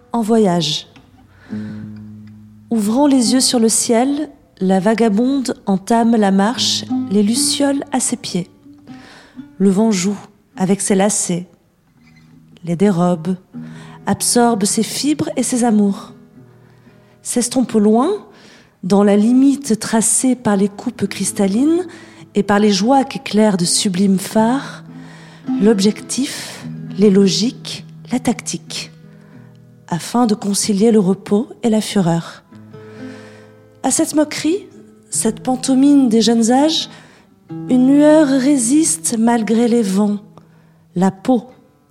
en voyage. Ouvrant les yeux sur le ciel, la vagabonde entame la marche, les lucioles à ses pieds. Le vent joue avec ses lacets, les dérobe, absorbe ses fibres et ses amours. S'estompe au loin, dans la limite tracée par les coupes cristallines et par les joies qu'éclairent de sublimes phares, l'objectif, les logiques, la tactique, afin de concilier le repos et la fureur. À cette moquerie, cette pantomime des jeunes âges, une lueur résiste malgré les vents, la peau,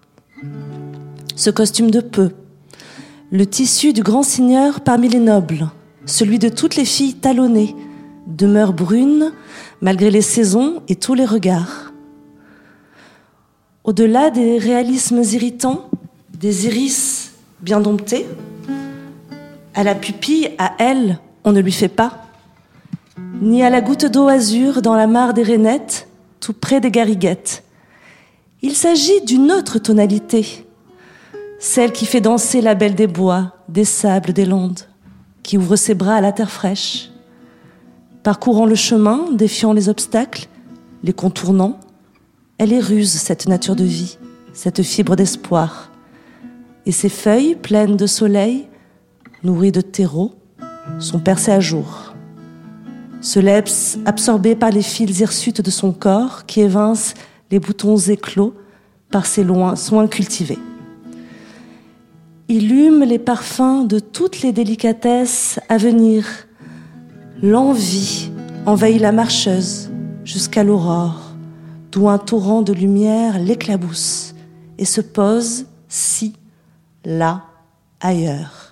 ce costume de peu, le tissu du grand seigneur parmi les nobles, celui de toutes les filles talonnées, demeure brune malgré les saisons et tous les regards. Au-delà des réalismes irritants, des iris bien domptés, à la pupille, à elle, on ne lui fait pas, ni à la goutte d'eau azur dans la mare des rainettes, tout près des gariguettes. Il s'agit d'une autre tonalité, celle qui fait danser la belle des bois, des sables, des landes, qui ouvre ses bras à la terre fraîche. Parcourant le chemin, défiant les obstacles, les contournant, elle est ruse, cette nature de vie, cette fibre d'espoir. Et ses feuilles, pleines de soleil, nourries de terreau, sont percées à jour. Se laisse absorbée par les fils hirsutes de son corps qui évincent les boutons éclos par ses soins cultivés. Illume les parfums de toutes les délicatesses à venir. L'envie envahit la marcheuse jusqu'à l'aurore, d'où un torrent de lumière l'éclabousse et se pose, ci, là, ailleurs.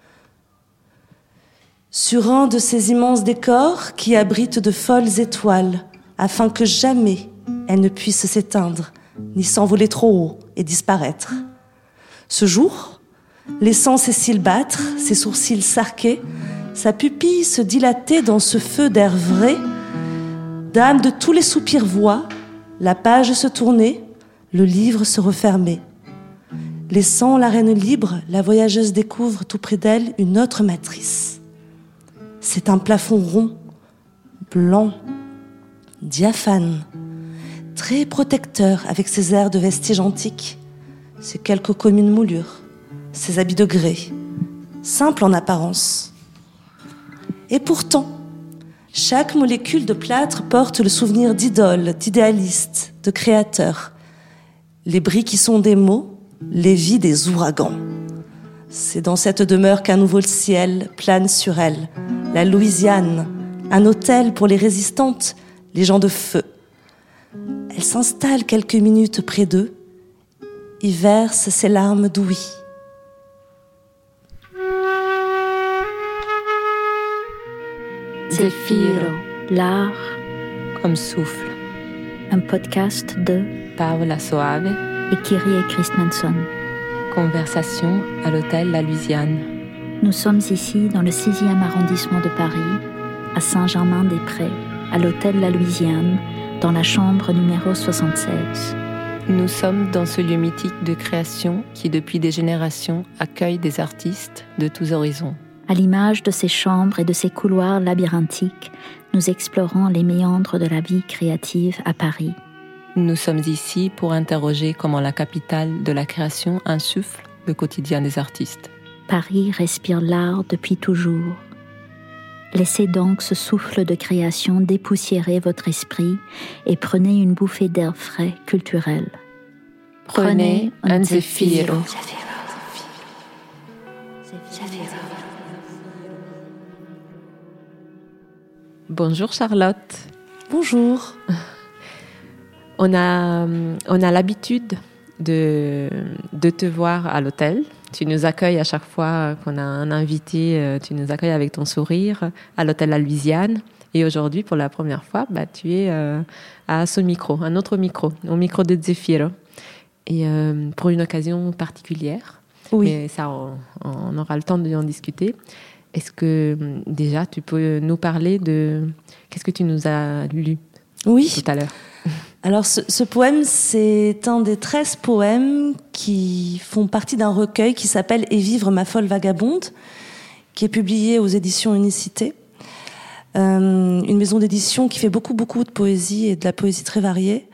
Sur un de ces immenses décors qui abritent de folles étoiles, afin que jamais elles ne puissent s'éteindre, ni s'envoler trop haut et disparaître. Ce jour, laissant ses cils battre, ses sourcils s'arquer, sa pupille se dilater dans ce feu d'air vrai, d'âme de tous les soupirs voix, la page se tourner, le livre se refermer. Laissant la reine libre, la voyageuse découvre tout près d'elle une autre matrice. C'est un plafond rond, blanc, diaphane, très protecteur avec ses airs de vestiges antiques, ses quelques communes moulures, ses habits de grès, simples en apparence. Et pourtant, chaque molécule de plâtre porte le souvenir d'idoles, d'idéalistes, de créateurs. Les bris qui sont des mots, les vies des ouragans. C'est dans cette demeure qu'un nouveau ciel plane sur elle. La Louisiane, un hôtel pour les résistantes, les gens de feu. Elle s'installe quelques minutes près d'eux, y verse ses larmes d'ouïe. Zefiro, l'art comme souffle. Un podcast de Paola Soave et Kyrie Christensen. Conversation à l'hôtel La Louisiane. Nous sommes ici dans le 6e arrondissement de Paris, à Saint-Germain-des-Prés, à l'hôtel La Louisiane, dans la chambre numéro 76. Nous sommes dans ce lieu mythique de création qui, depuis des générations, accueille des artistes de tous horizons. À l'image de ces chambres et de ces couloirs labyrinthiques, nous explorons les méandres de la vie créative à Paris. Nous sommes ici pour interroger comment la capitale de la création insuffle le quotidien des artistes. Paris respire l'art depuis toujours. Laissez donc ce souffle de création dépoussiérer votre esprit et prenez une bouffée d'air frais culturel. Prenez un Zefiro. Bonjour Charlotte. Bonjour. On a l'habitude de te voir à l'hôtel. Tu nous accueilles à chaque fois qu'on a un invité, tu nous accueilles avec ton sourire à l'hôtel La Louisiane. Et aujourd'hui, pour la première fois, tu es à ce micro, un autre micro, au micro de Zefiro. Et pour une occasion particulière. Oui. Mais ça, on aura le temps d'en discuter. Est-ce que déjà, tu peux nous parler de... Qu'est-ce que tu nous as lu oui. tout à l'heure? Alors ce poème, c'est un des 13 poèmes qui font partie d'un recueil qui s'appelle « Et vivre ma folle vagabonde », qui est publié aux éditions Unicité. Une maison d'édition qui fait beaucoup de poésie et de la poésie très variée.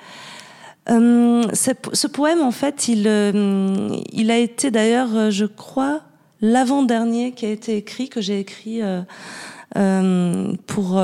Ce poème, en fait, il a été d'ailleurs, je crois, l'avant-dernier qui a été écrit, que j'ai écrit pour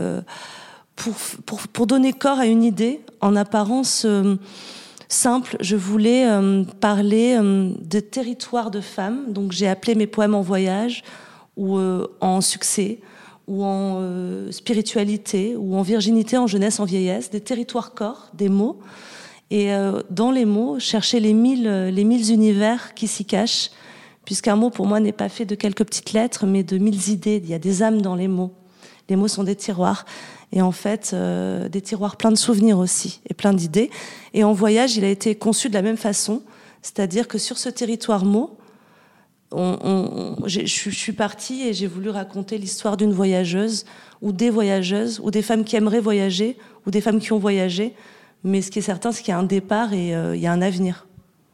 donner corps à une idée en apparence simple. Je voulais parler de territoires de femmes, donc j'ai appelé mes poèmes en voyage ou en succès ou en spiritualité ou en virginité, en jeunesse, en vieillesse, des territoires corps, des mots, et dans les mots chercher les mille univers qui s'y cachent, puisqu'un mot pour moi n'est pas fait de quelques petites lettres mais de 1000 idées. Il y a des âmes dans les mots. Les mots sont des tiroirs. Et en fait, des tiroirs pleins de souvenirs aussi, et plein d'idées. Et en voyage, il a été conçu de la même façon, c'est-à-dire que sur ce territoire mot, je suis partie et j'ai voulu raconter l'histoire d'une voyageuse, ou des voyageuses, ou des femmes qui aimeraient voyager, ou des femmes qui ont voyagé. Mais ce qui est certain, c'est qu'il y a un départ et il y a un avenir.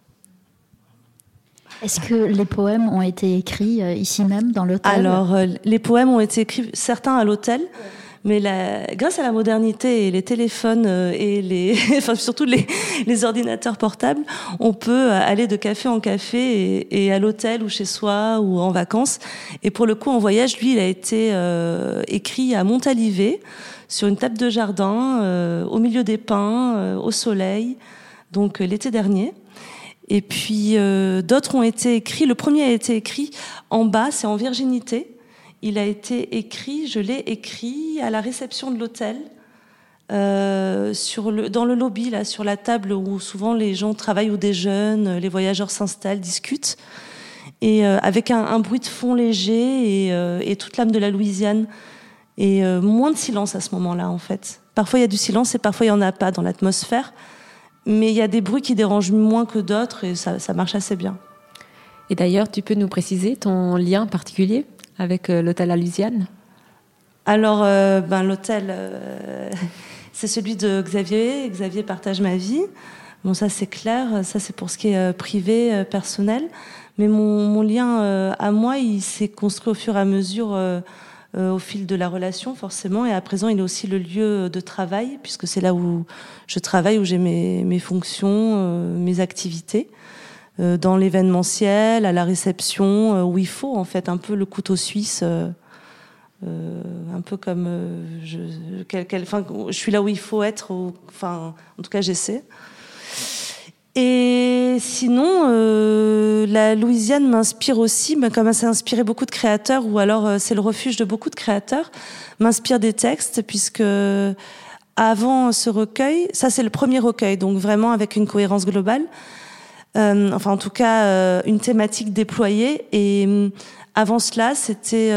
Est-ce que les poèmes ont été écrits ici même, dans l'hôtel ? Alors, les poèmes ont été écrits, certains à l'hôtel, mais grâce à la modernité et les téléphones et enfin surtout les ordinateurs portables, on peut aller de café en café et à l'hôtel ou chez soi ou en vacances. Et pour le coup, en voyage, lui, il a été écrit à Montalivet, sur une table de jardin, au milieu des pins, au soleil, donc l'été dernier. Et puis d'autres ont été écrits. Le premier a été écrit en bas, c'est en virginité. Il a été écrit, je l'ai écrit à la réception de l'hôtel, dans le lobby, là, sur la table où souvent les gens travaillent ou déjeunent, les voyageurs s'installent, discutent, et avec un bruit de fond léger et toute l'âme de la Louisiane. Et moins de silence à ce moment-là, en fait. Parfois, il y a du silence et parfois, il n'y en a pas dans l'atmosphère. Mais il y a des bruits qui dérangent moins que d'autres et ça marche assez bien. Et d'ailleurs, tu peux nous préciser ton lien particulier avec l'hôtel La Louisiane ? Alors, l'hôtel, c'est celui de Xavier. Xavier partage ma vie. Bon, ça, c'est clair. Ça, c'est pour ce qui est privé, personnel. Mais mon lien à moi, il s'est construit au fur et à mesure, au fil de la relation, forcément. Et à présent, il est aussi le lieu de travail, puisque c'est là où je travaille, où j'ai mes fonctions, mes activités. Dans l'événementiel, à la réception, où il faut en fait un peu le couteau suisse, un peu comme je suis là où il faut être, en tout cas j'essaie. Et sinon, la Louisiane m'inspire aussi, comme ça a inspiré beaucoup de créateurs, ou alors c'est le refuge de beaucoup de créateurs, m'inspire des textes, puisque avant ce recueil, ça c'est le premier recueil, donc vraiment avec une cohérence globale, en tout cas une thématique déployée. Et avant cela, c'était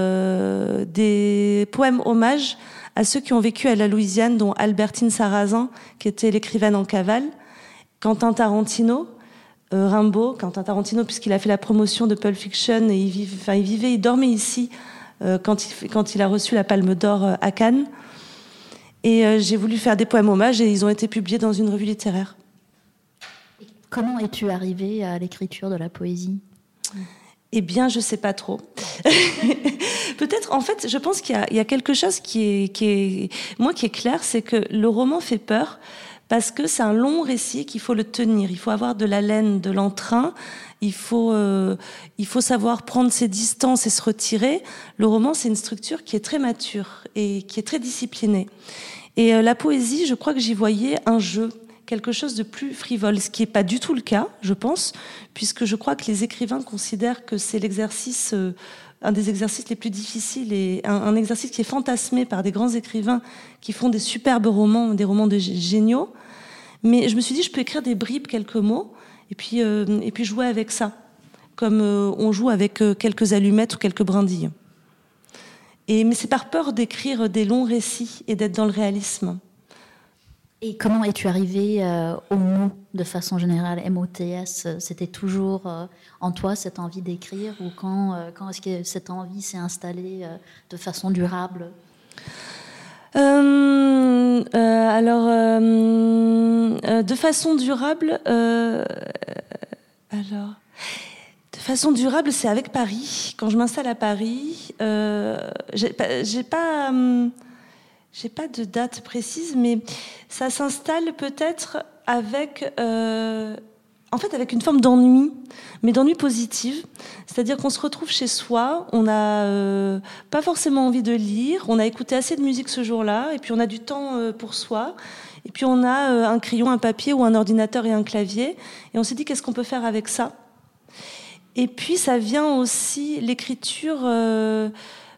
des poèmes hommages à ceux qui ont vécu à la Louisiane, dont Albertine Sarrazin, qui était l'écrivaine en cavale, Quentin Tarantino, Rimbaud, Quentin Tarantino, puisqu'il a fait la promotion de Pulp Fiction, et il dormait ici quand il a reçu la Palme d'Or à Cannes. Et j'ai voulu faire des poèmes hommages et ils ont été publiés dans une revue littéraire. Comment es-tu arrivée à l'écriture de la poésie ? Eh bien, je sais pas trop. Peut-être, en fait, je pense qu'il y a quelque chose qui est clair, c'est que le roman fait peur parce que c'est un long récit qu'il faut le tenir. Il faut avoir de l'haleine, de l'entrain. Il faut savoir prendre ses distances et se retirer. Le roman, c'est une structure qui est très mature et qui est très disciplinée. Et la poésie, je crois que j'y voyais un jeu, quelque chose de plus frivole, ce qui n'est pas du tout le cas, je pense, puisque je crois que les écrivains considèrent que c'est l'exercice, un des exercices les plus difficiles et un exercice qui est fantasmé par des grands écrivains qui font des superbes romans, des romans géniaux. Mais je me suis dit, je peux écrire des bribes, quelques mots, et puis jouer avec ça, comme on joue avec quelques allumettes ou quelques brindilles. Mais c'est par peur d'écrire des longs récits et d'être dans le réalisme. Et comment es-tu arrivée au mot de façon générale, MOTS ? C'était toujours en toi cette envie d'écrire, ou quand est-ce que cette envie s'est installée de façon durable ? De façon durable, de façon durable, c'est avec Paris. Quand je m'installe à Paris, j'ai pas de date précise, mais ça s'installe peut-être avec avec une forme d'ennui, mais d'ennui positif. C'est-à-dire qu'on se retrouve chez soi, on n'a pas forcément envie de lire, on a écouté assez de musique ce jour-là, et puis on a du temps pour soi, et puis on a un crayon, un papier ou un ordinateur et un clavier, et on s'est dit qu'est-ce qu'on peut faire avec ça. Et puis ça vient aussi, l'écriture en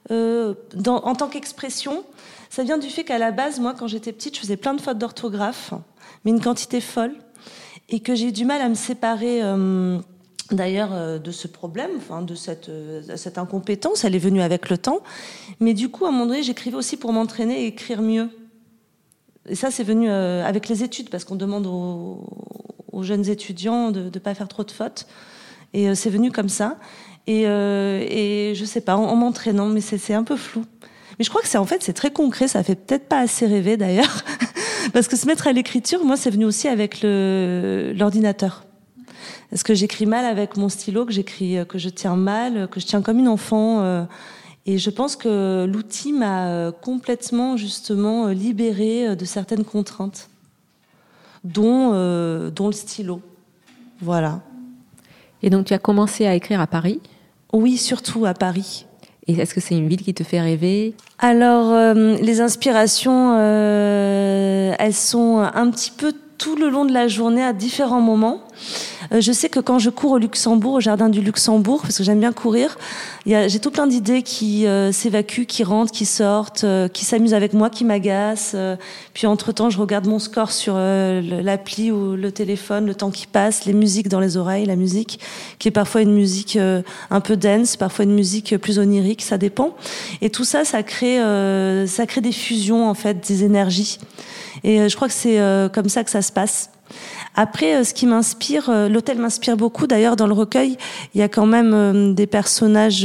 tant qu'expression, ça vient du fait qu'à la base, moi quand j'étais petite, je faisais plein de fautes d'orthographe, mais une quantité folle, et que j'ai eu du mal à me séparer d'ailleurs de ce problème, de cette incompétence. Elle est venue avec le temps, mais du coup à un moment donné j'écrivais aussi pour m'entraîner et écrire mieux. Et ça c'est venu avec les études, parce qu'on demande aux jeunes étudiants de ne pas faire trop de fautes, et c'est venu comme ça, et je sais pas, en m'entraînant, mais c'est un peu flou. Mais je crois que c'est très concret, ça fait peut-être pas assez rêver d'ailleurs. Parce que se mettre à l'écriture, moi, c'est venu aussi avec l'ordinateur. Parce que j'écris mal avec mon stylo, que je tiens mal, que je tiens comme une enfant. Et je pense que l'outil m'a complètement, justement, libérée de certaines contraintes, dont le stylo. Voilà. Et donc, tu as commencé à écrire à Paris ? Oui, surtout à Paris. Et est-ce que c'est une ville qui te fait rêver ? Alors, les inspirations, elles sont un petit peu tout le long de la journée à différents moments. Je sais que quand je cours au Luxembourg, au jardin du Luxembourg, parce que j'aime bien courir, j'ai tout plein d'idées qui s'évacuent, qui rentrent, qui sortent, qui s'amusent avec moi, qui m'agacent. Puis entre-temps, je regarde mon score sur l'appli ou le téléphone, le temps qui passe, les musiques dans les oreilles, la musique qui est parfois une musique un peu dance, parfois une musique plus onirique, ça dépend. Et tout ça, ça crée des fusions, en fait, des énergies. Et je crois que c'est comme ça que ça se passe. Après, ce qui m'inspire, l'hôtel m'inspire beaucoup. D'ailleurs, dans le recueil, il y a quand même des personnages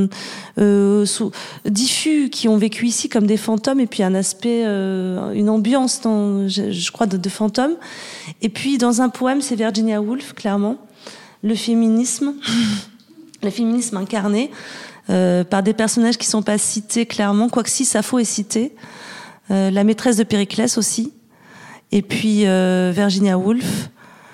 diffus qui ont vécu ici comme des fantômes, et puis un aspect, une ambiance, je crois, de fantômes. Et puis, dans un poème, c'est Virginia Woolf, clairement, le féminisme incarné par des personnages qui ne sont pas cités clairement, quoique si Sappho est citée, la maîtresse de Périclès aussi. Et puis Virginia Woolf.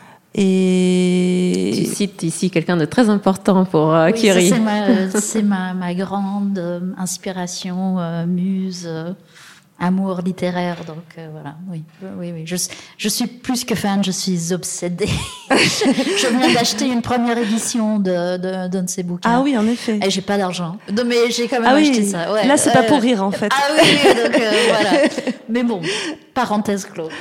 Et tu cites ici quelqu'un de très important pour Curie. C'est ma grande inspiration, muse, amour littéraire. Donc voilà, oui. Je suis plus que fan, je suis obsédée. Je viens d'acheter une première édition d'un de ses bouquins. Ah oui, en effet. Et j'ai pas d'argent, mais j'ai quand même acheté ça. Ouais. Là, c'est pas pour rire en fait. Ah oui, donc voilà. Mais bon, parenthèse close.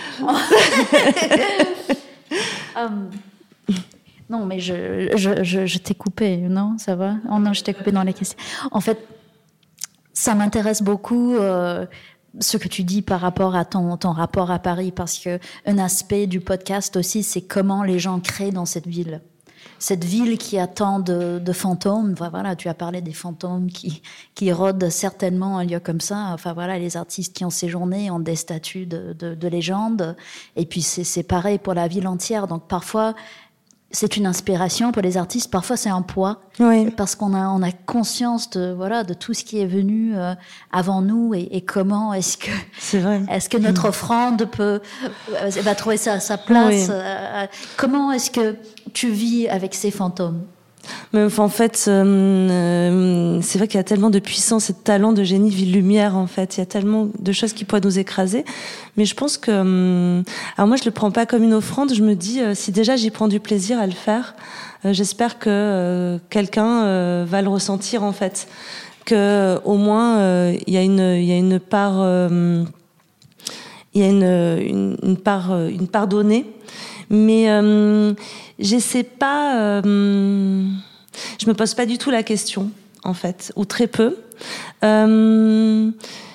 Non, mais je t'ai coupé, non? Ça va? Oh non, je t'ai coupé dans les questions. En fait, ça m'intéresse beaucoup ce que tu dis par rapport à ton rapport à Paris, parce que un aspect du podcast aussi, c'est comment les gens créent dans cette ville. Cette ville qui a tant de fantômes. Voilà, tu as parlé des fantômes qui rôdent certainement un lieu comme ça. Enfin voilà, les artistes qui ont séjourné ont des statuts de légende. Et puis c'est pareil pour la ville entière. Donc parfois, c'est une inspiration pour les artistes. Parfois, c'est un poids. Oui. Parce qu'on a conscience de tout ce qui est venu avant nous et comment est-ce que notre offrande va trouver sa place. Oui. Comment est-ce que tu vis avec ces fantômes? Mais en fait, c'est vrai qu'il y a tellement de puissance et de talent, de génie, de ville-lumière, en fait. Il y a tellement de choses qui pourraient nous écraser. Mais je pense que... alors moi, je le prends pas comme une offrande. Je me dis, si déjà j'y prends du plaisir à le faire, j'espère que quelqu'un va le ressentir, en fait. Que au moins, il y a une part... il y a une part donnée. Mais j'essaie pas... je me pose pas du tout la question, en fait, ou très peu. Je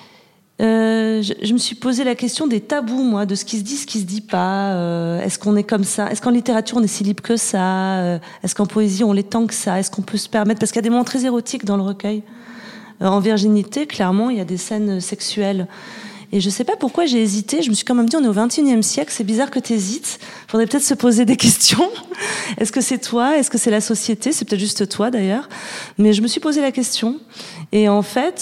me suis posé la question des tabous, moi, de ce qui se dit, ce qui se dit pas. Est-ce qu'on est comme ça? Est-ce qu'en littérature, on est si libre que ça? Est-ce qu'en poésie, on l'est tant que ça? Est-ce qu'on peut se permettre? Parce qu'il y a des moments très érotiques dans le recueil. En virginité, clairement, il y a des scènes sexuelles. Et je sais pas pourquoi j'ai hésité. Je me suis quand même dit, on est au XXIe siècle, c'est bizarre que t'hésites. Faudrait peut-être se poser des questions. Est-ce que c'est toi? Est-ce que c'est la société? C'est peut-être juste toi, d'ailleurs. Mais je me suis posé la question. Et en fait,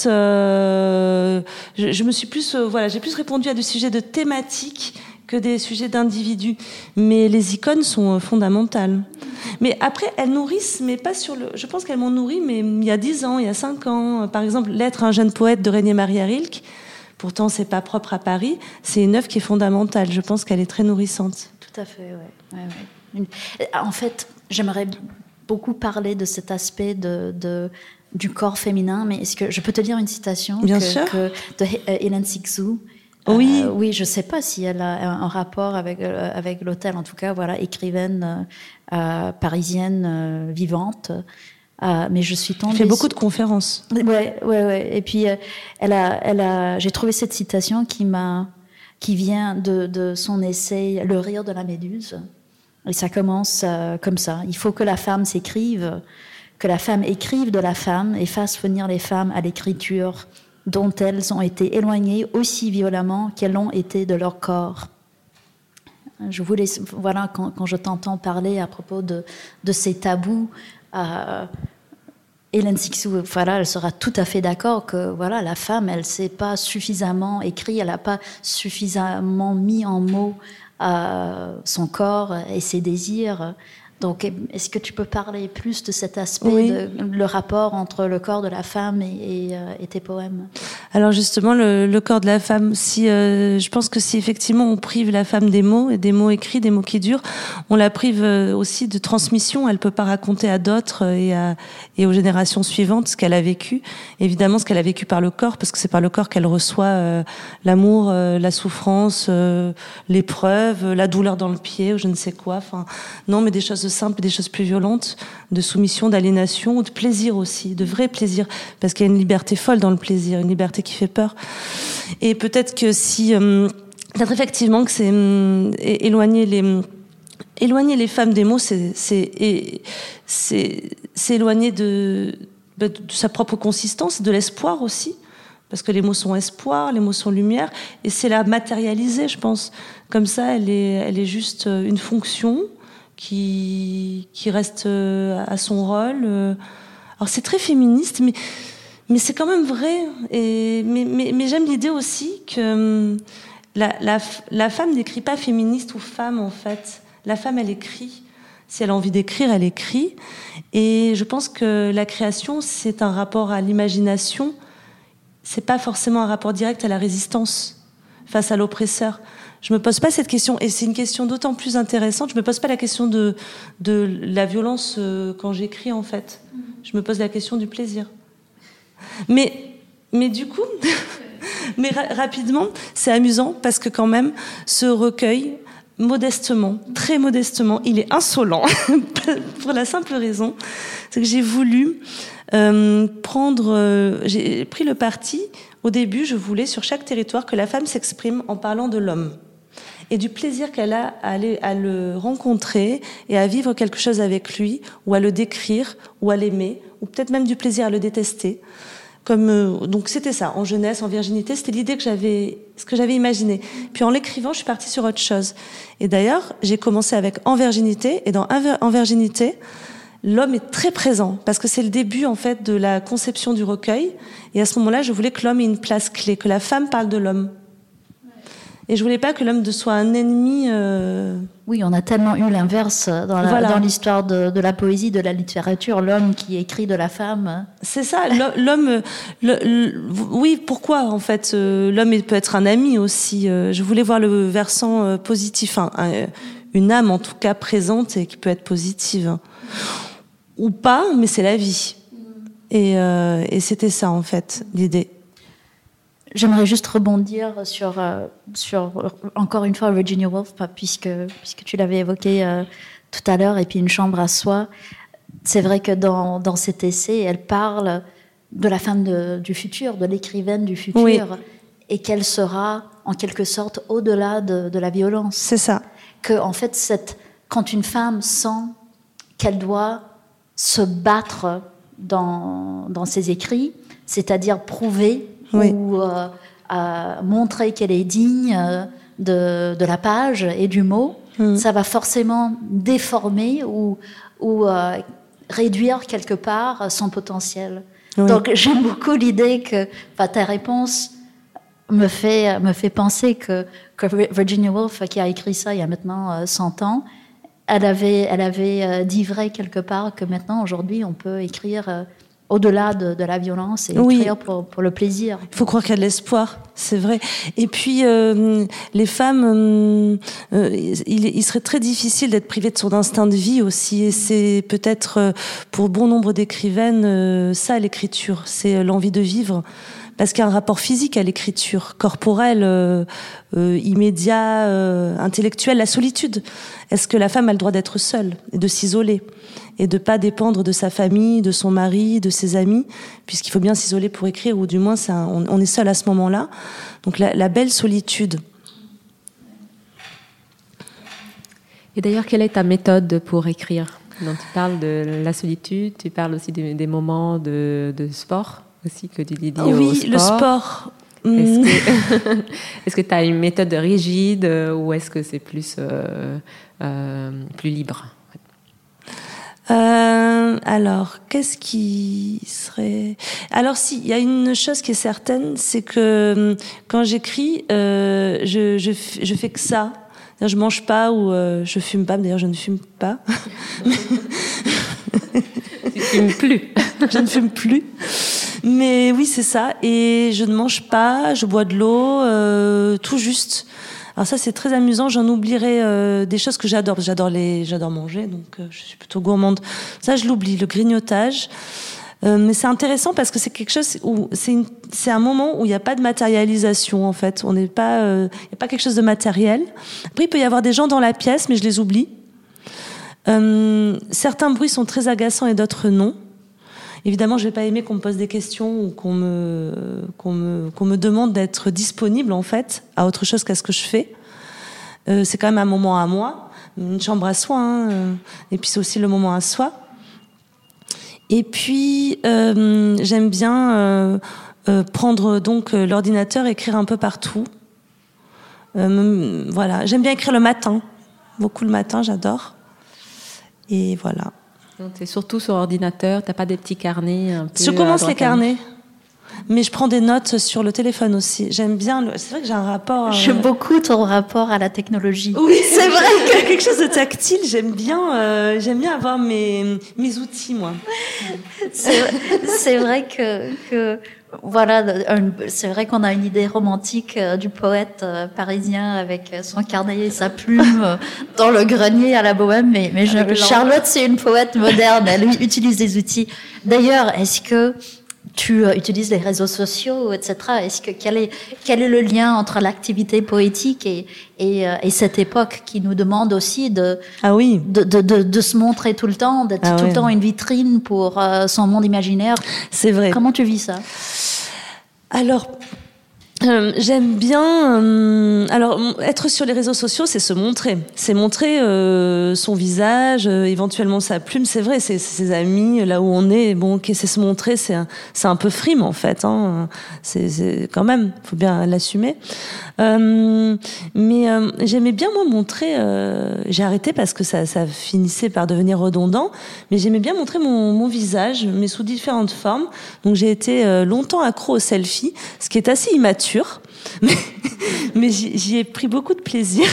je me suis plus, j'ai plus répondu à des sujets de thématiques que des sujets d'individus. Mais les icônes sont fondamentales. Mais après, elles nourrissent, mais pas sur le... Je pense qu'elles m'ont nourri, mais il y a 10 ans, il y a 5 ans. Par exemple, L'être un jeune poète de Rainier Maria Rilke. Pourtant, c'est pas propre à Paris. C'est une œuvre qui est fondamentale. Je pense qu'elle est très nourrissante. Tout à fait, ouais. En fait, j'aimerais beaucoup parler de cet aspect du corps féminin, mais est-ce que je peux te lire une citation Bien sûr. de Hélène Cixous? Oui. Oui, je ne sais pas si elle a un rapport avec l'hôtel. En tout cas, voilà, écrivaine parisienne vivante. Mais je suis tombée... Elle fait beaucoup de conférences. Ouais. Et puis, j'ai trouvé cette citation qui vient de son essai « Le rire de la méduse ». Et ça commence comme ça. Il faut que la femme s'écrive, que la femme écrive de la femme et fasse venir les femmes à l'écriture dont elles ont été éloignées aussi violemment qu'elles l'ont été de leur corps. Je voulais, voilà, quand je t'entends parler à propos de ces tabous, Hélène Cixous, voilà, elle sera tout à fait d'accord que voilà, la femme, elle ne s'est pas suffisamment écrit, elle n'a pas suffisamment mis en mots son corps et ses désirs. Donc, est-ce que tu peux parler plus de cet aspect, le rapport entre le corps de la femme et tes poèmes? Alors justement, le corps de la femme, je pense que si effectivement on prive la femme des mots, et des mots écrits, des mots qui durent, on la prive aussi de transmission. Elle peut pas raconter à d'autres et aux générations suivantes ce qu'elle a vécu. Évidemment, ce qu'elle a vécu par le corps, parce que c'est par le corps qu'elle reçoit l'amour, la souffrance, l'épreuve, la douleur dans le pied, ou je ne sais quoi. Enfin, non, mais des choses simples, des choses plus violentes, de soumission, d'aliénation, ou de plaisir aussi, de vrai plaisir, parce qu'il y a une liberté folle dans le plaisir, une liberté qui fait peur. Et peut-être que peut-être effectivement que c'est éloigner les femmes des mots, c'est éloigner de sa propre consistance, de l'espoir aussi, parce que les mots sont espoir, les mots sont lumière, et c'est la matérialiser, je pense. Comme ça, elle est juste une fonction qui reste à son rôle. Alors c'est très féministe, mais c'est quand même vrai. Mais j'aime l'idée aussi que la femme n'écrit pas féministe ou femme, en fait. La femme, elle écrit. Si elle a envie d'écrire, elle écrit. Et je pense que la création, c'est un rapport à l'imagination. C'est pas forcément un rapport direct à la résistance face à l'oppresseur. Je me pose pas cette question, et c'est une question d'autant plus intéressante. Je me pose pas la question de la violence quand j'écris, en fait. Je me pose la question du plaisir. Mais du coup, mais rapidement, c'est amusant parce que quand même, ce recueil, modestement, très modestement, il est insolent pour la simple raison, c'est que j'ai voulu j'ai pris le parti. Au début, je voulais sur chaque territoire que la femme s'exprime en parlant de l'homme et du plaisir qu'elle a à le rencontrer et à vivre quelque chose avec lui, ou à le décrire, ou à l'aimer, ou peut-être même du plaisir à le détester. Donc c'était ça, en jeunesse, en virginité, c'était l'idée ce que j'avais imaginé. Puis en l'écrivant, je suis partie sur autre chose. Et d'ailleurs, j'ai commencé avec En virginité, et dans En virginité, l'homme est très présent, parce que c'est le début, en fait, de la conception du recueil. Et à ce moment-là, je voulais que l'homme ait une place clé, que la femme parle de l'homme. Et je voulais pas que l'homme soit un ennemi. Oui, on a tellement eu l'inverse dans l'histoire de la poésie, de la littérature, l'homme qui écrit de la femme. C'est ça, l'homme. Oui, pourquoi en fait l'homme peut être un ami aussi. Je voulais voir le versant positif, une âme en tout cas présente et qui peut être positive, ou pas, mais c'est la vie. Et c'était ça en fait l'idée. J'aimerais juste rebondir sur encore une fois Virginia Woolf, puisque tu l'avais évoqué tout à l'heure, et puis Une chambre à soi. C'est vrai que dans cet essai, elle parle de la femme du futur, de l'écrivaine du futur, oui, et qu'elle sera en quelque sorte au-delà de la violence. C'est ça. Que en fait, quand une femme sent qu'elle doit se battre dans ses écrits, c'est-à-dire prouver, oui, ou montrer qu'elle est digne de la page et du mot, ça va forcément déformer ou réduire quelque part son potentiel. Oui. Donc j'aime beaucoup l'idée que ta réponse me fait penser que Virginia Woolf, qui a écrit ça il y a maintenant 100 ans, elle avait dit vrai quelque part que maintenant, aujourd'hui, on peut écrire au-delà de la violence et écrire pour le plaisir. Il faut croire qu'il y a de l'espoir, c'est vrai. Et puis, les femmes, il serait très difficile d'être privée de son instinct de vie aussi. Et c'est peut-être, pour bon nombre d'écrivaines, ça, l'écriture, c'est l'envie de vivre. Parce qu'il y a un rapport physique à l'écriture, corporel, immédiat, intellectuel, la solitude. Est-ce que la femme a le droit d'être seule et de s'isoler et de pas dépendre de sa famille, de son mari, de ses amis, puisqu'il faut bien s'isoler pour écrire, ou du moins on est seul à ce moment-là. Donc la belle solitude. Et d'ailleurs, quelle est ta méthode pour écrire ? Donc, tu parles de la solitude, tu parles aussi des moments de sport aussi que tu dédies au sport. Oui, le sport. Est-ce que tu as une méthode rigide ou est-ce que c'est plus libre ? Alors, qu'est-ce qui serait... Alors, si, il y a une chose qui est certaine, c'est que quand j'écris, je fais que ça. Je mange pas ou je fume pas. D'ailleurs, je ne fume pas. Tu fumes plus. Je ne fume plus. Mais oui, c'est ça. Et je ne mange pas, je bois de l'eau, tout juste. Alors ça, c'est très amusant. J'en oublierai des choses que j'adore. J'adore manger, donc je suis plutôt gourmande. Ça, je l'oublie, le grignotage. Mais c'est intéressant parce que c'est quelque chose où c'est un moment où il n'y a pas de matérialisation, en fait. On n'est pas, il n'y a pas quelque chose de matériel. Après, il peut y avoir des gens dans la pièce, mais je les oublie. Certains bruits sont très agaçants et d'autres non. Évidemment, je vais pas aimer qu'on me pose des questions ou qu'on me demande d'être disponible, en fait, à autre chose qu'à ce que je fais. C'est quand même un moment à moi, une chambre à soi, hein, et puis c'est aussi le moment à soi. Et puis, j'aime bien prendre donc l'ordinateur et écrire un peu partout. Voilà, j'aime bien écrire le matin, beaucoup le matin, j'adore. Et voilà. Donc, c'est surtout sur ordinateur, t'as pas des petits carnets un peu. Je commence les carnets, mais je prends des notes sur le téléphone aussi. J'aime bien. C'est vrai que j'ai un rapport. J'aime beaucoup ton rapport à la technologie. Oui, c'est vrai que quelque chose de tactile. J'aime bien avoir mes outils, moi. C'est vrai que voilà, c'est vrai qu'on a une idée romantique du poète parisien avec son carnet et sa plume dans le grenier à la bohème, mais Charlotte, c'est une poète moderne, elle utilise des outils. D'ailleurs, est-ce que tu utilises les réseaux sociaux, etc. Quel est le lien entre l'activité poétique et cette époque qui nous demande aussi de se montrer tout le temps, d'être tout le temps une vitrine pour son monde imaginaire. C'est vrai. Comment tu vis ça ? Alors, j'aime bien. Alors, être sur les réseaux sociaux, c'est se montrer. C'est montrer son visage, éventuellement sa plume. C'est vrai, c'est ses amis, là où on est. Bon, ok, c'est se montrer. C'est un peu frime, en fait. Hein. C'est quand même, faut bien l'assumer. Mais j'aimais bien, moi, montrer. J'ai arrêté parce que ça finissait par devenir redondant. Mais j'aimais bien montrer mon visage, mais sous différentes formes. Donc, j'ai été longtemps accro aux selfies, ce qui est assez immature. Mais j'y ai pris beaucoup de plaisir.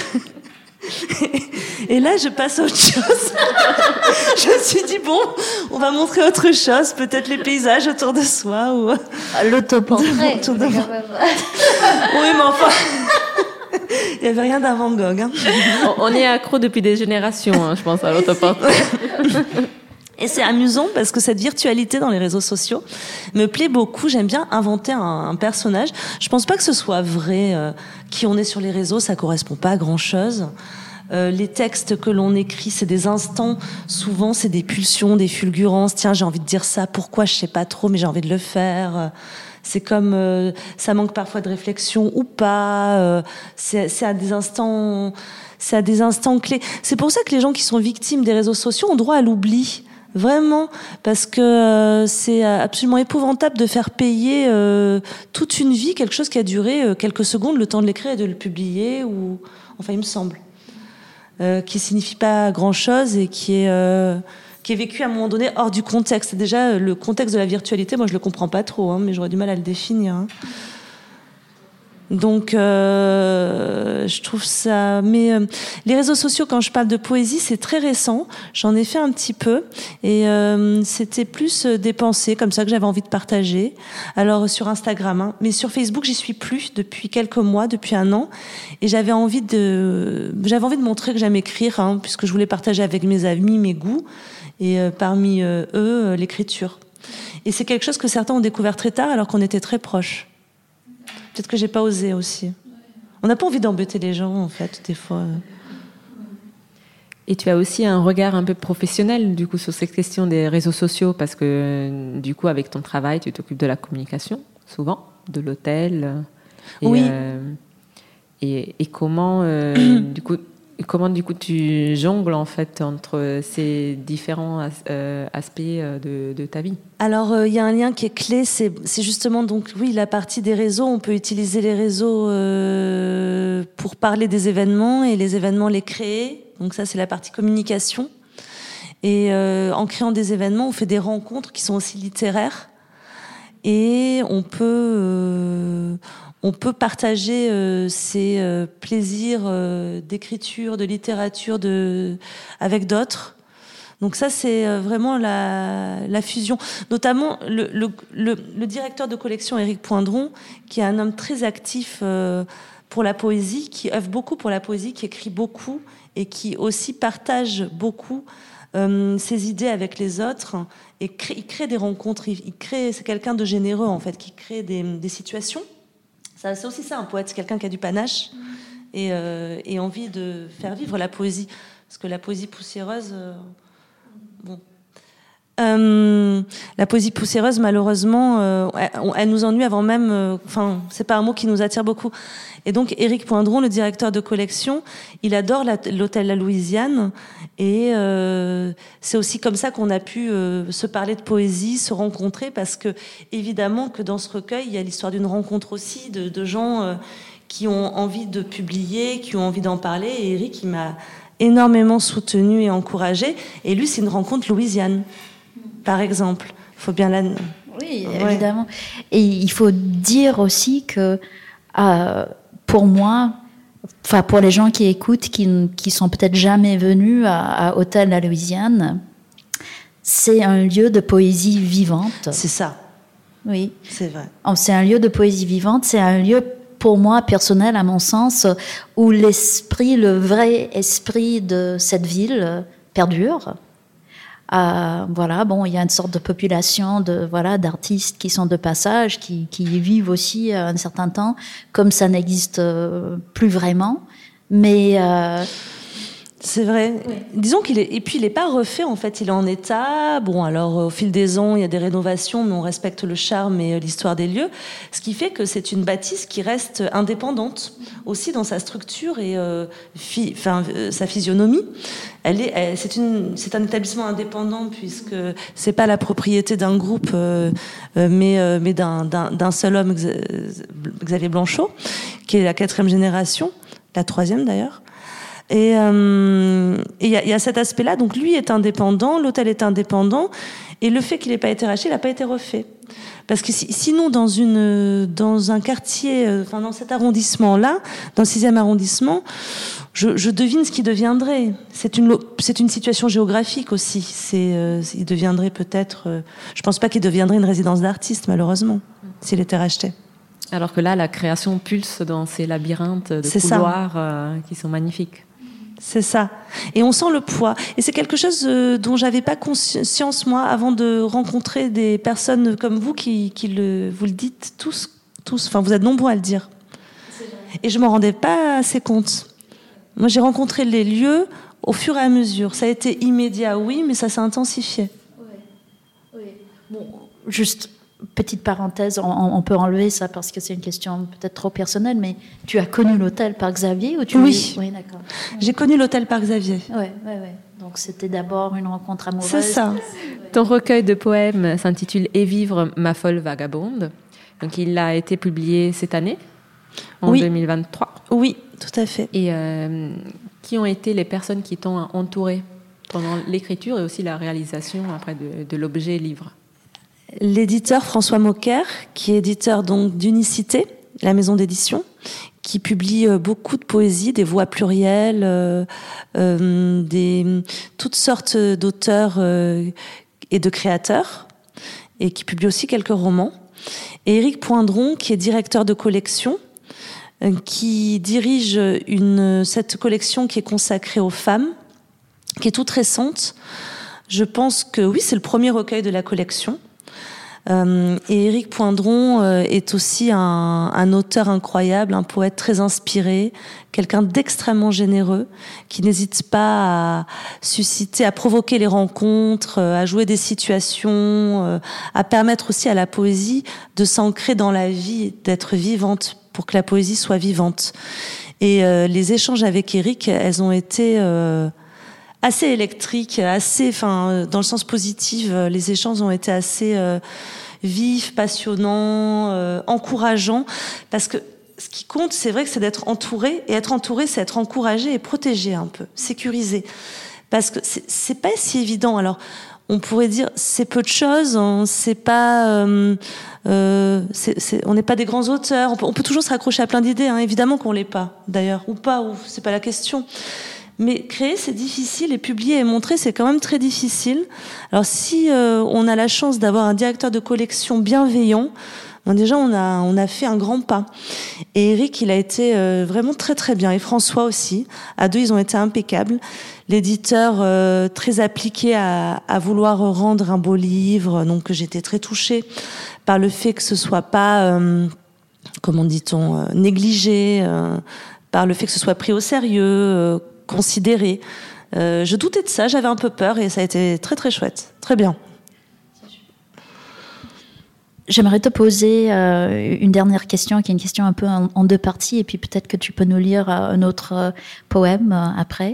Et là, je passe à autre chose. Je me suis dit, bon, on va montrer autre chose, peut-être les paysages autour de soi. Ou... L'autoportrait. Oui, mais enfin... Il n'y avait rien d'un Van Gogh. Hein. On est accro depuis des générations, hein, je pense, à l'autoportrait. Et c'est amusant parce que cette virtualité dans les réseaux sociaux me plaît beaucoup. J'aime bien inventer un personnage. Je pense pas que ce soit vrai. Qui on est sur les réseaux, ça correspond pas à grand-chose. Les textes que l'on écrit, c'est des instants. Souvent, c'est des pulsions, des fulgurances. Tiens, j'ai envie de dire ça. Pourquoi? Je sais pas trop, mais j'ai envie de le faire. C'est comme ça manque parfois de réflexion ou pas. C'est à des instants. C'est à des instants clés. C'est pour ça que les gens qui sont victimes des réseaux sociaux ont droit à l'oubli. Vraiment, parce que c'est absolument épouvantable de faire payer toute une vie quelque chose qui a duré quelques secondes, le temps de l'écrire et de le publier, ou enfin il me semble, qui signifie pas grand-chose et qui est vécu à un moment donné hors du contexte. Déjà, le contexte de la virtualité, moi je le comprends pas trop, mais j'aurais du mal à le définir. Donc, je trouve ça... Mais les réseaux sociaux, quand je parle de poésie, c'est très récent. J'en ai fait un petit peu. Et c'était plus des pensées comme ça que j'avais envie de partager. Alors, sur Instagram. Mais sur Facebook, j'y suis plus depuis quelques mois, depuis 1 an. Et j'avais envie de montrer que j'aime écrire, puisque je voulais partager avec mes amis mes goûts. Et parmi eux, l'écriture. Et c'est quelque chose que certains ont découvert très tard, alors qu'on était très proches. Peut-être que j'ai pas osé aussi. On n'a pas envie d'embêter les gens, en fait, des fois. Et tu as aussi un regard un peu professionnel, du coup, sur cette question des réseaux sociaux, parce que, du coup, avec ton travail, tu t'occupes de la communication, souvent, de l'hôtel. Oui. Et comment, comment, du coup, tu jongles, en fait, entre ces différents aspects de ta vie? Alors, il y a un lien qui est clé, c'est justement, donc, oui, la partie des réseaux. On peut utiliser les réseaux pour parler des événements et les événements les créer. Donc ça, c'est la partie communication. Et en créant des événements, on fait des rencontres qui sont aussi littéraires. Et on peut partager ses plaisirs d'écriture, de littérature, avec d'autres. Donc ça, c'est vraiment la fusion. Notamment le directeur de collection, Éric Poindron, qui est un homme très actif pour la poésie, qui œuvre beaucoup pour la poésie, qui écrit beaucoup et qui aussi partage beaucoup ses idées avec les autres. Et il crée des rencontres. C'est quelqu'un de généreux, en fait, qui crée des situations. C'est aussi ça, un poète, c'est quelqu'un qui a du panache et envie de faire vivre la poésie. Parce que la poésie poussiéreuse... la poésie poussiéreuse, malheureusement, elle nous ennuie avant même... c'est pas un mot qui nous attire beaucoup. Et donc, Éric Poindron, le directeur de collection, il adore l'hôtel La Louisiane. Et c'est aussi comme ça qu'on a pu se parler de poésie, se rencontrer, parce que, évidemment, que dans ce recueil, il y a l'histoire d'une rencontre aussi de gens qui ont envie de publier, qui ont envie d'en parler. Et Éric, il m'a énormément soutenu et encouragé. Et lui, c'est une rencontre Louisiane, par exemple. Il faut bien la... Oui, évidemment. Et il faut dire aussi que, pour moi, enfin pour les gens qui écoutent, qui sont peut-être jamais venus à Hôtel La Louisiane, c'est un lieu de poésie vivante. C'est ça. Oui. C'est vrai. C'est un lieu de poésie vivante. C'est un lieu, pour moi, personnel, à mon sens, où le vrai esprit de cette ville perdure. Il y a une sorte de population d'artistes qui sont de passage, qui vivent aussi un certain temps, comme ça n'existe plus vraiment. Mais c'est vrai. Oui. Disons qu'il est pas refait, en fait. Il est en état. Bon, alors au fil des ans, il y a des rénovations, mais on respecte le charme et l'histoire des lieux. Ce qui fait que c'est une bâtisse qui reste indépendante aussi dans sa structure et sa physionomie. C'est un établissement indépendant puisque c'est pas la propriété d'un groupe, mais d'un seul homme, Xavier Blanchot, qui est la 4e génération, la 3e d'ailleurs. Et il y a cet aspect-là. Donc lui est indépendant, l'hôtel est indépendant, et le fait qu'il n'ait pas été racheté, il n'a pas été refait. Parce que sinon, dans un quartier, dans cet arrondissement-là, dans le 6e arrondissement, je devine ce qui deviendrait. C'est une situation géographique aussi. Il deviendrait peut-être... je pense pas qu'il deviendrait une résidence d'artiste, malheureusement, s'il était racheté. Alors que là, la création pulse dans ces labyrinthes de couloirs qui sont magnifiques. C'est ça. Et on sent le poids. Et c'est quelque chose dont j'avais pas conscience, moi, avant de rencontrer des personnes comme vous qui vous le dites tous. Enfin, vous êtes nombreux à le dire. Et je m'en rendais pas assez compte. Moi, j'ai rencontré les lieux au fur et à mesure. Ça a été immédiat, oui, mais ça s'est intensifié. Oui. Bon, juste... petite parenthèse, on peut enlever ça parce que c'est une question peut-être trop personnelle, mais tu as connu l'hôtel Parc Xavier ou Oui. Oui, d'accord. J'ai connu l'hôtel Parc Xavier. Oui. Donc c'était d'abord une rencontre amoureuse. C'est ça. Ton recueil de poèmes s'intitule « Et vivre ma folle vagabonde ». Donc il a été publié cette année, en 2023. Oui, tout à fait. Et qui ont été les personnes qui t'ont entourée pendant l'écriture et aussi la réalisation après de l'objet livre? L'éditeur François Maucaire, qui est éditeur donc d'Unicité, la maison d'édition, qui publie beaucoup de poésie, des voix plurielles, toutes sortes d'auteurs et de créateurs, et qui publie aussi quelques romans. Et Éric Poindron, qui est directeur de collection, qui dirige cette collection qui est consacrée aux femmes, qui est toute récente. Je pense que oui, c'est le premier recueil de la collection. Et Éric Poindron est aussi un auteur incroyable, un poète très inspiré, quelqu'un d'extrêmement généreux, qui n'hésite pas à susciter, à provoquer les rencontres, à jouer des situations, à permettre aussi à la poésie de s'ancrer dans la vie, d'être vivante, pour que la poésie soit vivante. Et les échanges avec Éric, elles ont été assez électriques, dans le sens positif, les échanges ont été assez vifs, passionnants, encourageants, parce que ce qui compte, c'est vrai que c'est d'être entouré, et être entouré, c'est être encouragé et protégé un peu, sécurisé, parce que c'est pas si évident. Alors, on pourrait dire c'est peu de choses, c'est pas, on n'est pas des grands auteurs, on peut toujours se raccrocher à plein d'idées, hein, évidemment qu'on l'est pas, d'ailleurs, ou c'est pas la question. Mais créer, c'est difficile, et publier et montrer, c'est quand même très difficile. Alors si on a la chance d'avoir un directeur de collection bienveillant, déjà on a fait un grand pas. Et Éric, il a été vraiment très très bien, et François aussi. À deux, ils ont été impeccables. L'éditeur très appliqué à vouloir rendre un beau livre, donc j'étais très touchée par le fait que ce soit pas, comment dit-on, négligé, par le fait que ce soit pris au sérieux, considéré. Je doutais de ça, j'avais un peu peur, et ça a été très très chouette, très bien. J'aimerais te poser une dernière question, qui est une question un peu en deux parties, et puis peut-être que tu peux nous lire un autre poème après.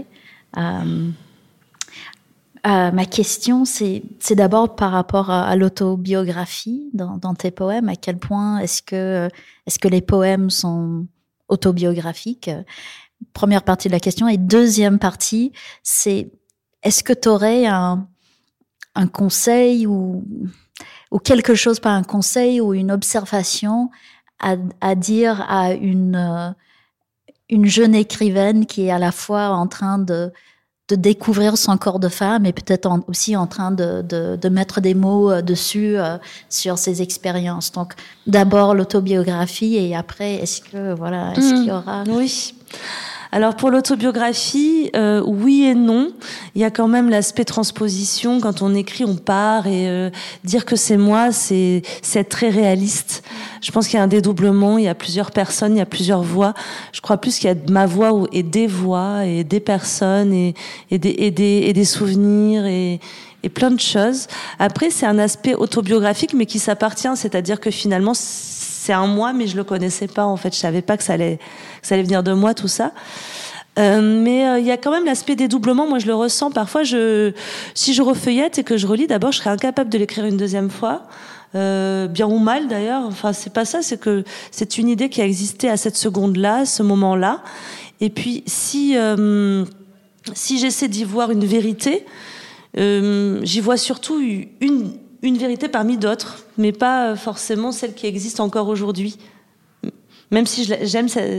Ma question, c'est d'abord par rapport à l'autobiographie dans tes poèmes. À quel point est-ce que les poèmes sont autobiographiques? Première partie de la question. Et deuxième partie, c'est est-ce que tu aurais un conseil ou quelque chose, pas un conseil ou une observation à dire à une jeune écrivaine qui est à la fois en train de découvrir son corps de femme et peut-être aussi en train de mettre des mots dessus sur ses expériences. Donc d'abord l'autobiographie, et après est-ce qu'il y aura... Oui. Alors pour l'autobiographie, oui et non. Il y a quand même l'aspect transposition. Quand on écrit, on part, et dire que c'est moi, c'est être très réaliste. Je pense qu'il y a un dédoublement, il y a plusieurs personnes, il y a plusieurs voix. Je crois plus qu'il y a ma voix et des voix et des personnes et des souvenirs et plein de choses. Après, c'est un aspect autobiographique, mais qui s'appartient, c'est-à-dire que finalement, c'est un moi, mais je le connaissais pas, en fait. Je savais pas que ça allait venir de moi, tout ça. Mais il y a quand même l'aspect dédoublement. Moi, je le ressens. Parfois, si je refeuillette et que je relis, d'abord, je serais incapable de l'écrire une deuxième fois. Bien ou mal, d'ailleurs. Enfin, c'est pas ça. C'est que c'est une idée qui a existé à cette seconde-là, ce moment-là. Et puis, si j'essaie d'y voir une vérité, j'y vois surtout une vérité parmi d'autres, mais pas forcément celle qui existe encore aujourd'hui. Même si j'aime ça,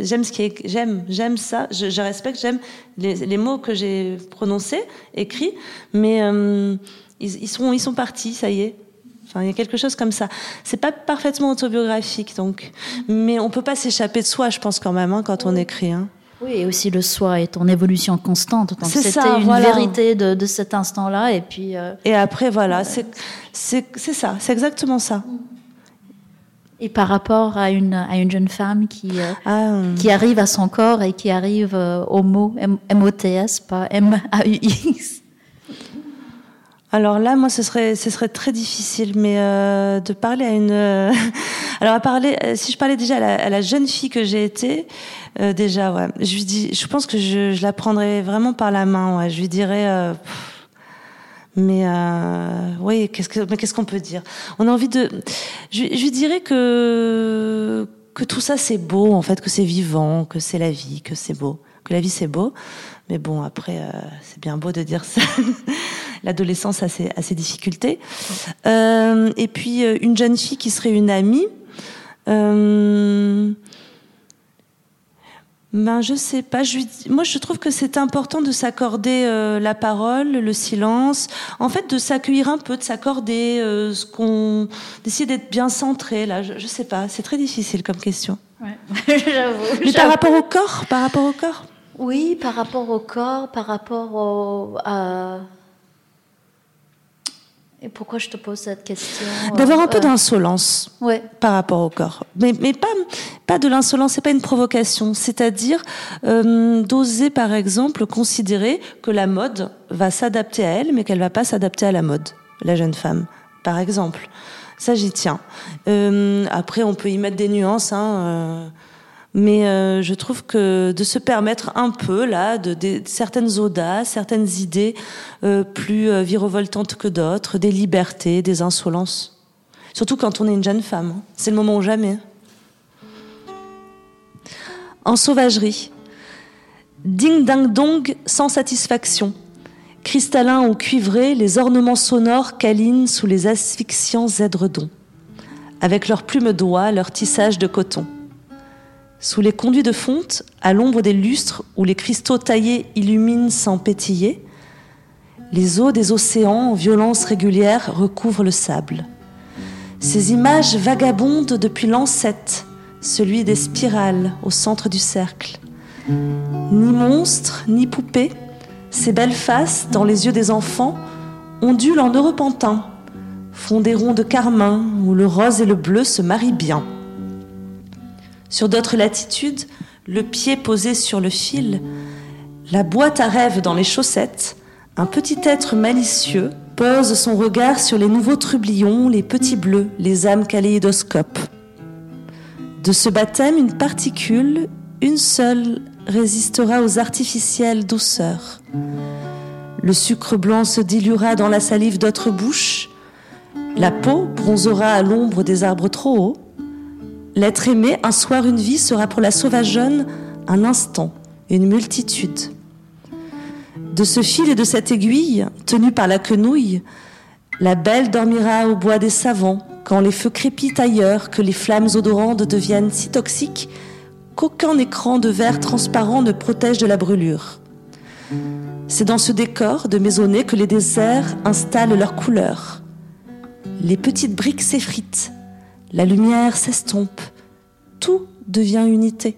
je respecte, j'aime les mots que j'ai prononcés, écrits, mais ils sont partis, ça y est. Enfin, il y a quelque chose comme ça. C'est pas parfaitement autobiographique, donc, mais on peut pas s'échapper de soi, je pense quand même, hein, quand on écrit. Hein. Oui, et aussi le soi est en évolution constante. Donc c'était une vérité de cet instant-là, et puis. Et après, voilà, c'est ça, c'est exactement ça. Et par rapport à une jeune femme qui arrive à son corps et qui arrive au mot MOTS, pas MAUX. Alors là, moi, ce serait très difficile, mais de parler à une. Alors si je parlais déjà à la jeune fille que j'ai été, déjà, ouais, je pense que je la prendrais vraiment par la main. Ouais, je lui dirais. Mais oui, qu'est-ce qu'on peut dire ? On a envie de. Je lui dirais que tout ça c'est beau, en fait, que c'est vivant, que c'est la vie, que c'est beau, que la vie c'est beau. Mais bon, après, c'est bien beau de dire ça. L'adolescence a ses difficultés. Et puis, une jeune fille qui serait une amie. Je sais pas. Moi, je trouve que c'est important de s'accorder la parole, le silence. En fait, de s'accueillir un peu, de s'accorder d'essayer d'être bien centré. Là, je sais pas. C'est très difficile comme question. Ouais. J'avoue. Mais par rapport au corps. Oui, par rapport au corps, par rapport Et pourquoi je te pose cette question ? D'avoir un peu d'insolence par rapport au corps. Mais pas de l'insolence, c'est pas une provocation. C'est-à-dire d'oser, par exemple, considérer que la mode va s'adapter à elle, mais qu'elle va pas s'adapter à la mode, la jeune femme, par exemple. Ça, j'y tiens. Après, on peut y mettre des nuances, mais je trouve que de se permettre un peu là de certaines audaces, certaines idées plus virevoltantes que d'autres, des libertés, des insolences. Surtout quand on est une jeune femme, c'est le moment ou jamais. En sauvagerie, ding ding dong sans satisfaction, cristallins ou cuivrés, les ornements sonores câlinent sous les asphyxiants édredons, avec leurs plumes d'oie, leur tissage de coton. Sous les conduits de fonte, à l'ombre des lustres où les cristaux taillés illuminent sans pétiller, les eaux des océans en violence régulière recouvrent le sable. Ces images vagabondent depuis l'ancêtre, celui des spirales au centre du cercle. Ni monstres, ni poupées, ces belles faces, dans les yeux des enfants, ondulent en heureux pantins, font des ronds de carmin où le rose et le bleu se marient bien. Sur d'autres latitudes, le pied posé sur le fil, la boîte à rêves dans les chaussettes, un petit être malicieux pose son regard sur les nouveaux trublions, les petits bleus, les âmes kaléidoscopes. De ce baptême, une particule, une seule, résistera aux artificielles douceurs. Le sucre blanc se diluera dans la salive d'autres bouches, la peau bronzera à l'ombre des arbres trop hauts. L'être aimé, un soir, une vie, sera pour la sauvage jeune un instant, une multitude. De ce fil et de cette aiguille, tenue par la quenouille, la belle dormira au bois des savants, quand les feux crépitent ailleurs, que les flammes odorantes deviennent si toxiques qu'aucun écran de verre transparent ne protège de la brûlure. C'est dans ce décor de maisonnée que les déserts installent leurs couleurs. Les petites briques s'effritent, la lumière s'estompe, tout devient unité.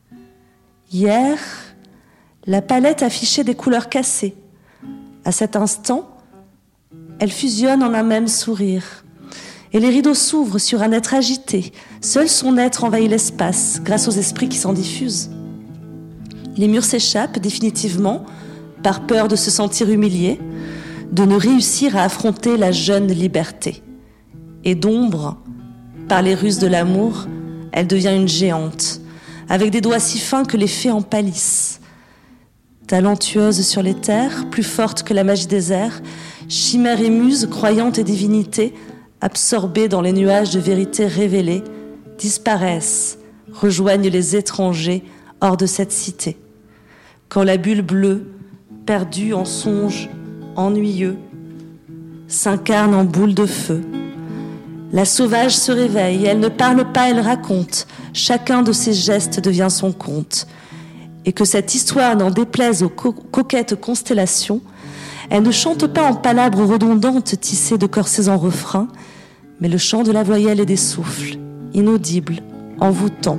Hier, la palette affichait des couleurs cassées. À cet instant, elle fusionne en un même sourire. Et les rideaux s'ouvrent sur un être agité. Seul son être envahit l'espace, grâce aux esprits qui s'en diffusent. Les murs s'échappent définitivement, par peur de se sentir humiliés, de ne réussir à affronter la jeune liberté. Et d'ombre, par les ruses de l'amour, elle devient une géante, avec des doigts si fins que les fées en pâlissent. Talentueuse sur les terres, plus forte que la magie des airs, chimère et muse, croyante et divinité, absorbées dans les nuages de vérité révélée, disparaissent, rejoignent les étrangers hors de cette cité. Quand la bulle bleue, perdue en songes ennuyeux, s'incarne en boule de feu, la sauvage se réveille, elle ne parle pas, elle raconte. Chacun de ses gestes devient son conte. Et que cette histoire n'en déplaise aux coquettes constellations, elle ne chante pas en palabres redondantes tissées de corsets en refrain, mais le chant de la voyelle et des souffles, inaudible, envoûtant.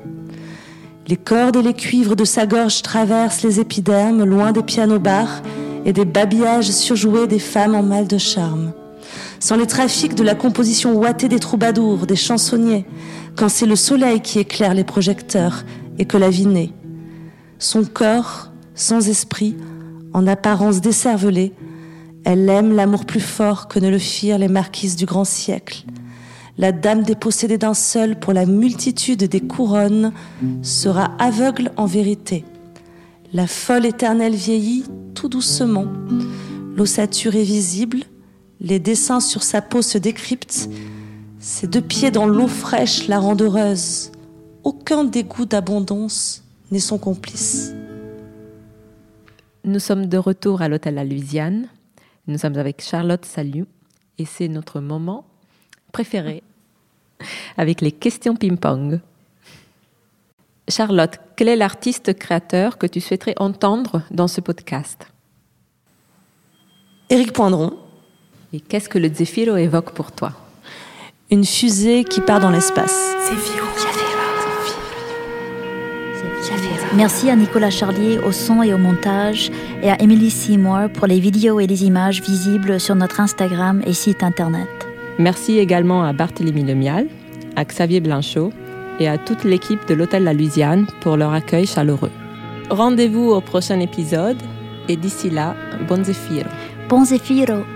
Les cordes et les cuivres de sa gorge traversent les épidermes, loin des pianos-bars et des babillages surjoués des femmes en mal de charme. Sans les trafics de la composition ouatée des troubadours, des chansonniers, quand c'est le soleil qui éclaire les projecteurs et que la vie naît. Son corps, sans esprit, en apparence décervelé, Elle aime l'amour plus fort que ne le firent les marquises du grand siècle. La dame dépossédée d'un seul pour la multitude des couronnes sera aveugle en vérité. La folle éternelle vieillit tout doucement. L'ossature est visible, les dessins sur sa peau se décryptent. Ses 2 pieds dans l'eau fraîche la rendent heureuse. Aucun dégoût d'abondance n'est son complice. Nous sommes de retour à l'hôtel La Louisiane. Nous sommes avec Charlotte Saliou et c'est notre moment préféré avec les questions ping-pong. Charlotte, quel est l'artiste créateur que tu souhaiterais entendre dans ce podcast? Éric Poindron. Et qu'est-ce que le Zefiro évoque pour toi? Une fusée qui part dans l'espace. Merci à Nicolas Charlier au son et au montage et à Emily Seymour pour les vidéos et les images visibles sur notre Instagram et site internet. Merci également à Barthélemy Lemial, à Xavier Blanchot et à toute l'équipe de l'Hôtel La Louisiane pour leur accueil chaleureux. Rendez-vous au prochain épisode et d'ici là, bon Zefiro. Bon Zefiro.